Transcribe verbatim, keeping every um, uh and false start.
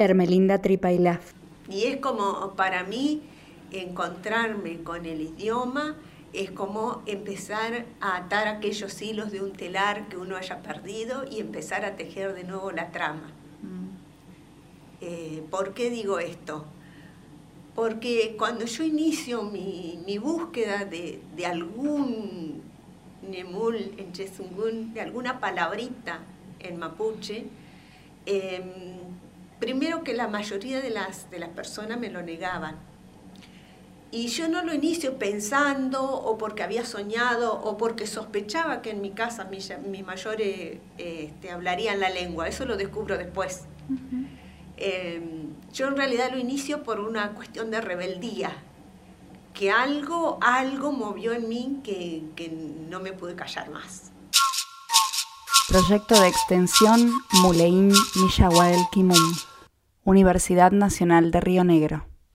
Ermelinda Tripailaf. Y es como, para mí, encontrarme con el idioma es como empezar a atar aquellos hilos de un telar que uno haya perdido y empezar a tejer de nuevo la trama. Mm. Eh, ¿Por qué digo esto? Porque cuando yo inicio mi, mi búsqueda de, de algún nemul en Chesungun, de alguna palabrita en mapuche, eh, primero que la mayoría de las, de las personas me lo negaban. Y yo no lo inicio pensando o porque había soñado o porque sospechaba que en mi casa mis, mis mayores eh, este, hablarían la lengua. Eso lo descubro después. Uh-huh. eh, yo en realidad lo inicio por una cuestión de rebeldía, que algo, algo movió en mí que, que no me pude callar más. Proyecto de extensión Muleín Miyahuel Kimum, Universidad Nacional de Río Negro.